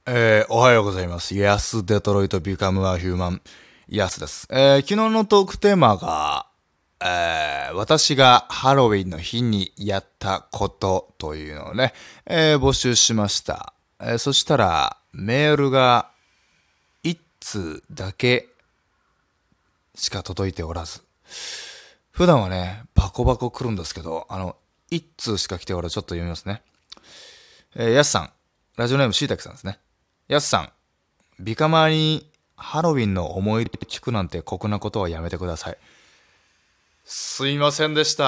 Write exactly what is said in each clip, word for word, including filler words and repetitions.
えー、おはようございます。ヤスデトロイトビカムアヒューマン、ヤスです。えー、昨日のトークテーマが、えー、私がハロウィンの日にやったことというのをね、えー、募集しました。えー、そしたら、メールが一通だけしか届いておらず、普段はね、バコバコ来るんですけど、あの、一通しか来ておらず、ちょっと読みますね。えー、ヤスさん、ラジオネームしいたけさんですね。ヤスさん、ビカマーにハロウィンの思い出聞くなんて酷なことはやめてください。すいませんでした。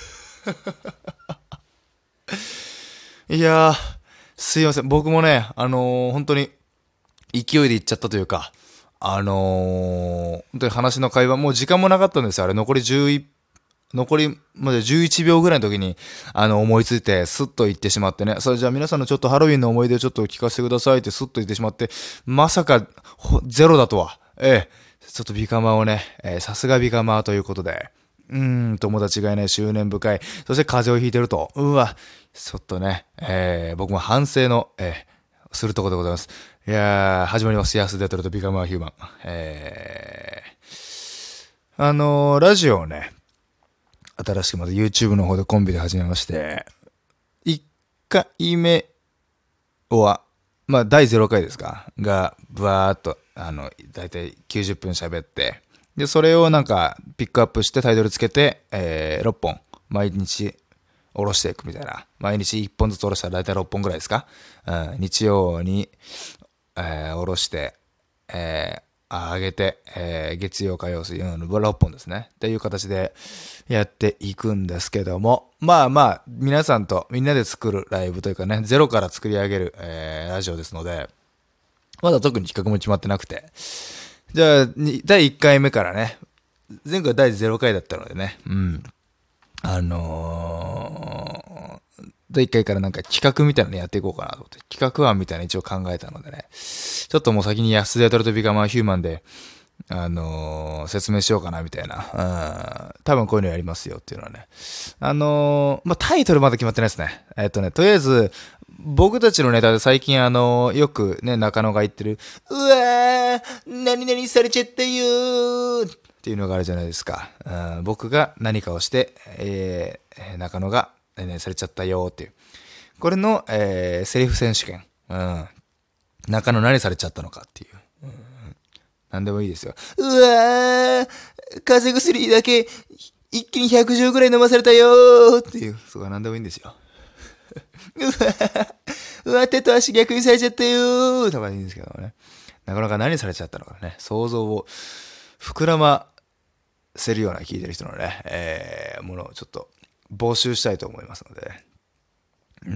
いやー、すいません。僕もね、あのー、本当に勢いで言っちゃったというか、あのー、本当に話の会話、もう時間もなかったんですよ。あれ、残りじゅういち、残りまでじゅういちびょうぐらいの時に、あの、思いついて、スッと言ってしまってね。それじゃあ皆さんのちょっとハロウィンの思い出をちょっと聞かせてくださいってスッと言ってしまって、まさか、ゼロだとは。ええ。ちょっとビカマをね、えーさすがビカマということで。うーん、友達がいない執念深い。そして風邪をひいてると。うわ、ちょっとね、えー、僕も反省の、えー、するところでございます。いやー、始まります。ヤスデトルとビカマーヒューマン。えー、あのー、ラジオをね、新しくまた YouTube の方でコンビで始めまして、いっかいめは、まあ、だいゼロかいですかが、ブワーっと、あの、だいたいきゅうじゅっぷん喋って、で、それをなんか、ピックアップしてタイトルつけて、えー、ろっぽん、毎日、下ろしていくみたいな。毎日いっぽんずつ下ろしたらだいたいろっぽんぐらいですか。うん、日曜に、えー、下ろして、えー、あ上げて、えー、月曜、火曜、水曜、うん、ろっぽんですね。っていう形でやっていくんですけども、まあまあ、皆さんとみんなで作るライブというかね、ゼロから作り上げる、えー、ラジオですので、まだ特に企画も決まってなくて。じゃあ、だいいっかいめからね、前回だいゼロかいだったのでね、うん。あのー、だいいっかいからなんか企画みたいなのやっていこうかなと思って、企画案みたいなの一応考えたのでね、ちょっともう先に安田トルトビカマーヒューマンで、あのー、説明しようかなみたいな。うん。多分こういうのやりますよっていうのはね。あのー、まあ、タイトルまだ決まってないですね。えっとね、とりあえず、僕たちのネタで最近あのー、よくね、中野が言ってる、うわー、何々されちゃったよーっていうのがあるじゃないですか。うん、僕が何かをして、えー、中野が何々されちゃったよーっていう。これの、えー、セリフ選手権。うん。中野何されちゃったのかっていう。なんでもいいですよ。うわー、風邪薬だけ一気にひゃく錠ぐらい飲まされたよーっていう。そうか、なんでもいいんですよ。うわー、うわ、手と足逆にされちゃったよーとかいいんですけどね。なかなか何されちゃったのかね。想像を膨らませるような聞いてる人のね、えー、ものをちょっと募集したいと思いますので。うん。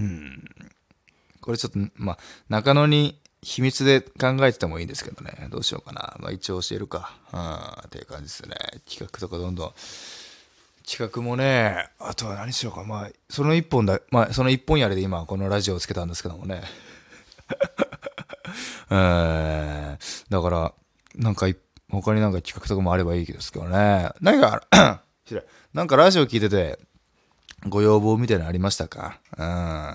これちょっと、まあ、中野に秘密で考えててもいいんですけどね。どうしようかな。まあ一応教えるか。うん、っていう感じですね。企画とかどんどん。企画もね、あとは何しようか。まあ、その一本だ、まあ、その一本やりで今このラジオをつけたんですけどもね。えー、だから、なんかい、他になんか企画とかもあればいいですけどね。何か、失礼。なんかラジオ聞いてて、ご要望みたいなのありましたか？うん。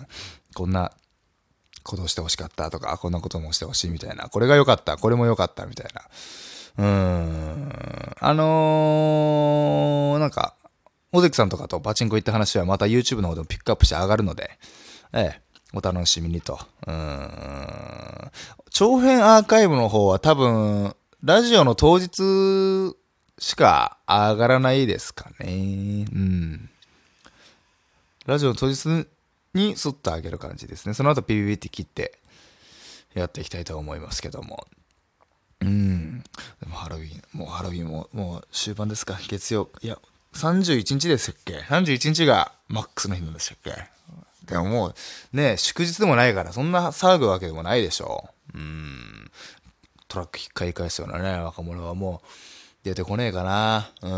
こんなことをしてほしかったとか、こんなこともしてほしいみたいな。これが良かった、これも良かったみたいな。うーん。あのー、なんか、尾関さんとかとパチンコ行った話はまた YouTube の方でもピックアップして上がるので、ええ、お楽しみにと。うーん。長編アーカイブの方は多分、ラジオの当日しか上がらないですかね。うん。ラジオの当日にスッと上げる感じですね。その後 ピービービー って切ってやっていきたいと思いますけども。うん。でもハロウィン、もうハロウィンも、もう終盤ですか。月曜、いや、さんじゅういちにちでしたっけ？ さんじゅういち 日がマックスの日なんでしたっけ？でももう、ね、祝日でもないから、そんな騒ぐわけでもないでしょう。うん。トラック引っかり返すようなね、若者はもう出てこねえかな。うん。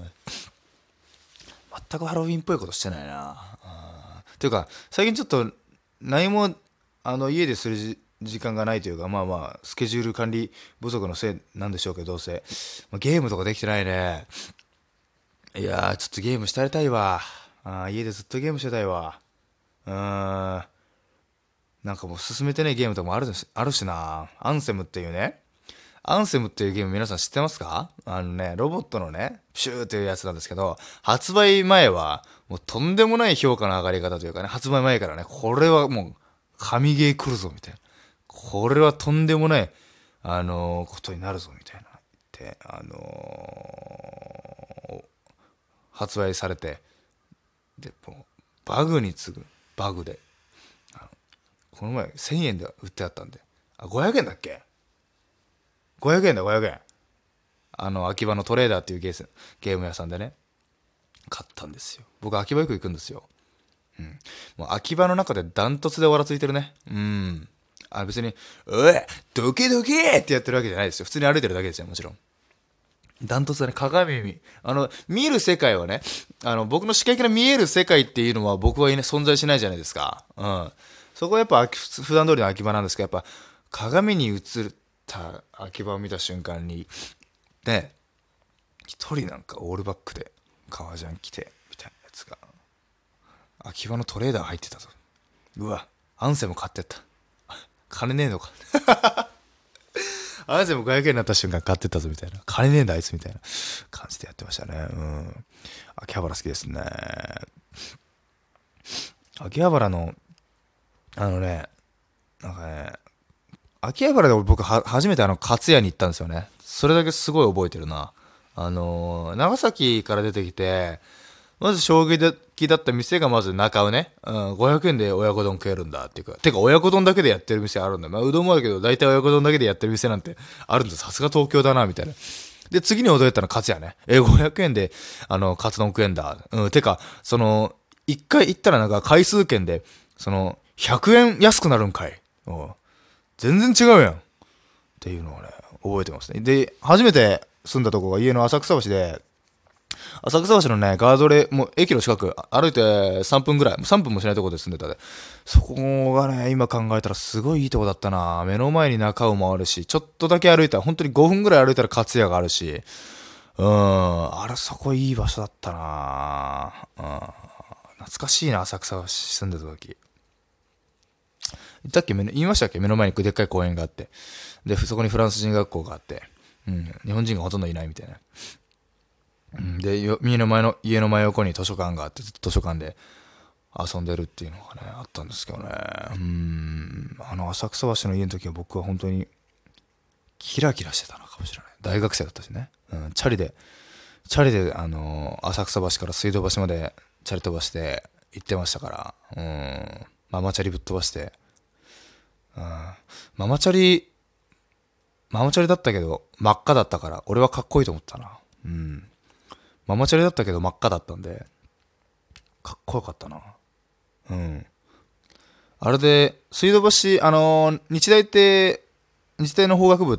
全くハロウィンっぽいことしてないな。というか、最近ちょっと何もあの家でするじ時間がないというか、まあまあ、スケジュール管理不足のせいなんでしょうけど、どうせ。まあ、ゲームとかできてないね。いやー、ちょっとゲームしたいたいわ。あー家でずっとゲームしてたいわ。うーん。 なんかもう進めてないゲームとかもあるし、あるしな。アンセムっていうね。アンセムっていうゲーム皆さん知ってますか？あのね、ロボットのね、プシューっていうやつなんですけど、発売前は、もうとんでもない評価の上がり方というかね、発売前からね、これはもう、神ゲー来るぞ、みたいな。これはとんでもない、あのーことになるぞ、みたいな。言って、あのー発売されて、で、もう、バグに次ぐ、バグで。この前、せんえんで売ってあったんで。あ、ごひゃくえんだっけ？ ごひゃく 円だ、ごひゃくえん。あの、秋葉のトレーダーっていうゲースゲーム屋さんでね、買ったんですよ。僕、秋葉よく行くんですよ。うん。もう、秋葉の中でダントツでおらついてるね。うん。あ、別に、おい、ドキドキってやってるわけじゃないですよ。普通に歩いてるだけですよ、もちろん。ダントツだね、鏡見。あの、見える世界はね、あの、僕の視界から見える世界っていうのは僕はいね、存在しないじゃないですか。うん。そこはやっぱ、普段通りの秋葉なんですけど、やっぱ、鏡に映った秋葉を見た瞬間に、ね、一人なんかオールバックで革ジャン着てみたいなやつが秋葉のトレーダー入ってたぞ。うわ、アンセム買ってった。金ねえのか。アンセムごひゃくえんになった瞬間買ってったぞみたいな。金ねえんだあいつみたいな感じでやってましたね。うん。秋葉原好きですね。秋葉原の、あのね、なんかね、秋葉原で僕は初めてあの、カツ屋に行ったんですよね。それだけすごい覚えてるな。あのー長崎から出てきて、まず衝撃的だった店がまず中尾ね。うん、ごひゃくえんで親子丼食えるんだっていうか。てか親子丼だけでやってる店あるんだ。まあうどんもあるけど、大体親子丼だけでやってる店なんてあるんだ。さすが東京だな、みたいな。で、次に驚いたのはカツやね。え、ごひゃくえんで、あの、カツ丼食えんだ。うん、てか、その、一回行ったらなんか回数券で、その、ひゃくえん安くなるんかい。うん、全然違うやん。っていうのをね、覚えてますね。で、初めて住んだとこが家の浅草橋で、浅草橋のね、ガードレ、もう駅の近く、歩いてさんぷんぐらい、さんぷんもしないとこで住んでたで。そこがね、今考えたらすごいいいとこだったな。目の前に中尾もあるし、ちょっとだけ歩いたら、本当にごふんぐらい歩いたら勝谷があるし、うん、あれ、そこいい場所だったな。うん、懐かしいな、浅草橋住んでた時。言ったっけ、言いましたっけ？目の前にでっかい公園があって。で、そこにフランス人学校があって、うん、日本人がほとんどいないみたいな。うん、で、家の前の、家の真横に図書館があって、ずっと図書館で遊んでるっていうのがね、あったんですけどね。うん、あの、浅草橋の家の時は僕は本当に、キラキラしてたのかもしれない。大学生だったしね。うん、チャリで、チャリで、あのー浅草橋から水道橋までチャリ飛ばして行ってましたから、うん、ママチャリぶっ飛ばして、うん、ママチャリ、ママチャリだったけど真っ赤だったから、俺はかっこいいと思ったな。うん。ママチャリだったけど真っ赤だったんで、かっこよかったな。うん。あれで、水道橋、あのー日大って、日大の法学部って、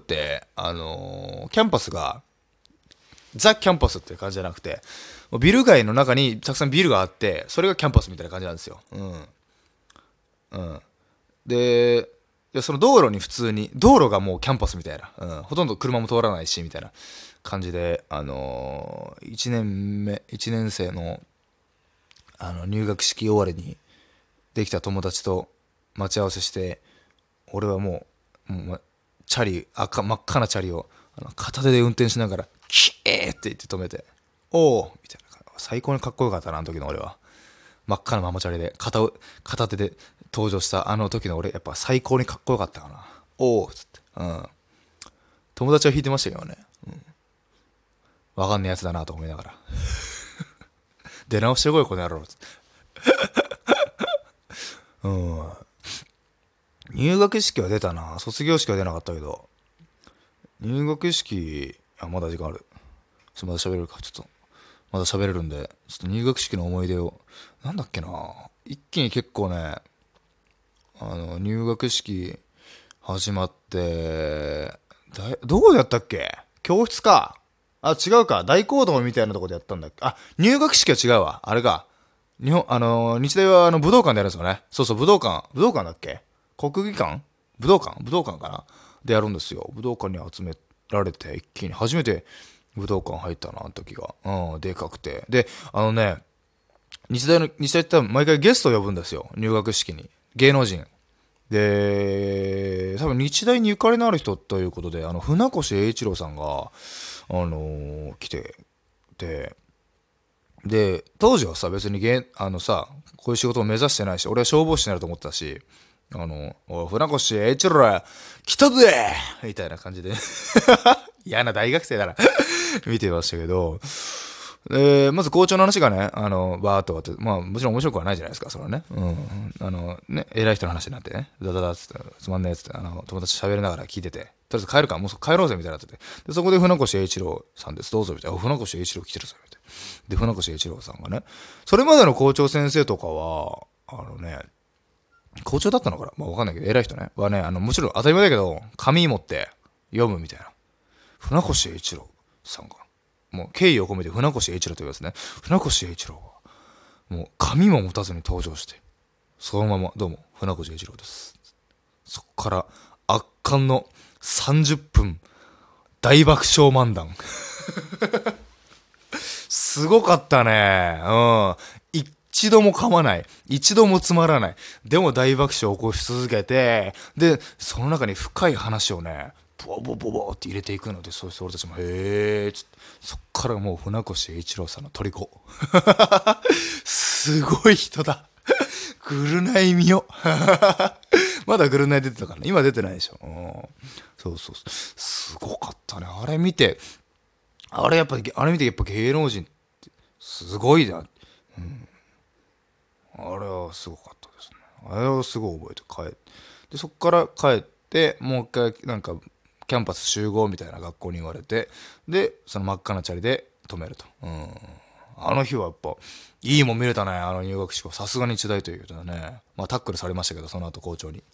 あのーキャンパスが、ザ・キャンパスっていう感じじゃなくて、ビル街の中にたくさんビルがあって、それがキャンパスみたいな感じなんですよ。うん。うん。で、いやその道路に普通に、道路がもうキャンパスみたいな。うん。ほとんど車も通らないし、みたいな感じで、あのー、いちねんめ、いちねん生の、あの、入学式終わりにできた友達と待ち合わせして、俺はもう、もうまチャリ、赤、真っ赤なチャリを、あの片手で運転しながら、キエーって言って止めて、おーみたいな。最高にかっこよかったな、あの時の俺は。真っ赤なママチャリで、片を片手で登場したあの時の俺、やっぱ最高にかっこよかったかな。おーっつって。うん。友達は弾いてましたけどね。わかんねえやつだなと思いながら。出直してこい、この野郎。つって。うん。入学式は出たな。卒業式は出なかったけど。入学式、あ、まだ時間ある。ちょっとまだ喋れるか。ちょっと、まだ喋れるんで、ちょっと入学式の思い出を、なんだっけな。一気に結構ね、あの、入学式始まって、だいどこでやったっけ？教室か。あ、違うか。大講堂みたいなとこでやったんだっけ。あ、入学式は違うわ。あれか。日本、あのー日大はあの武道館でやるんですよね。そうそう、武道館。武道館だっけ？国技館？武道館武道館かなでやるんですよ。武道館に集められて、一気に初めて武道館入ったな、あの時が。うん、でかくて。で、あのね、日大の、日大って多分毎回ゲストを呼ぶんですよ。入学式に。芸能人。 で、多分日大にゆかりのある人ということで、あの船越英一郎さんが、あのー来てて、で、当時はさ、別に芸、あのさ、こういう仕事を目指してないし、俺は消防士になると思ってたし、あの、おい、船越英一郎や、来たぜみたいな感じで嫌な大学生だな見てましたけど、えー、まず校長の話がね、あの、バーっと終わって、まあ、もちろん面白くはないじゃないですか、それはね。うん。あの、ね、偉い人の話になってね、ダダダっつって、つまんねえっつって、あの、友達喋りながら聞いてて、とりあえず帰るか、もう帰ろうぜ、みたいになってて。で、そこで船越英一郎さんです、どうぞ、みたいな。船越英一郎来てるぞ、みたいな。で、船越英一郎さんがね、それまでの校長先生とかは、あのね、校長だったのかな、まあわかんないけど、偉い人ね。はね、あの、もちろん当たり前だけど、紙持って読むみたいな。船越英一郎さんが、もう敬意を込めて船越英一郎と言いますね。船越英一郎が、もう紙も持たずに登場して、そのまま、どうも、船越英一郎です。そっから圧巻のさんじゅっぷん、大爆笑漫談。すごかったね。うん。一度も噛まない。一度もつまらない。でも大爆笑を起こし続けて、で、その中に深い話をね、ボボボボって入れていくので、そうして俺たちも、へーっつって、そっからもう船越英一郎さんの虜。すごい人だ。ぐるナイ見よ。まだぐるナイ出てたからね。今出てないでしょ。うん、そうそうそう。すごかったね。あれ見て、あれやっぱ、あれ見てやっぱ芸能人ってすごいな。うん、あれはすごかったですね。あれはすごい覚えて帰って。で、そっから帰って、もう一回なんか、キャンパス集合みたいな学校に言われて、で、その真っ赤なチャリで止めると。うん。あの日はやっぱ、いいもん見れたね、あの入学式は。さすがに日大ということだね。まあタックルされましたけど、その後校長に。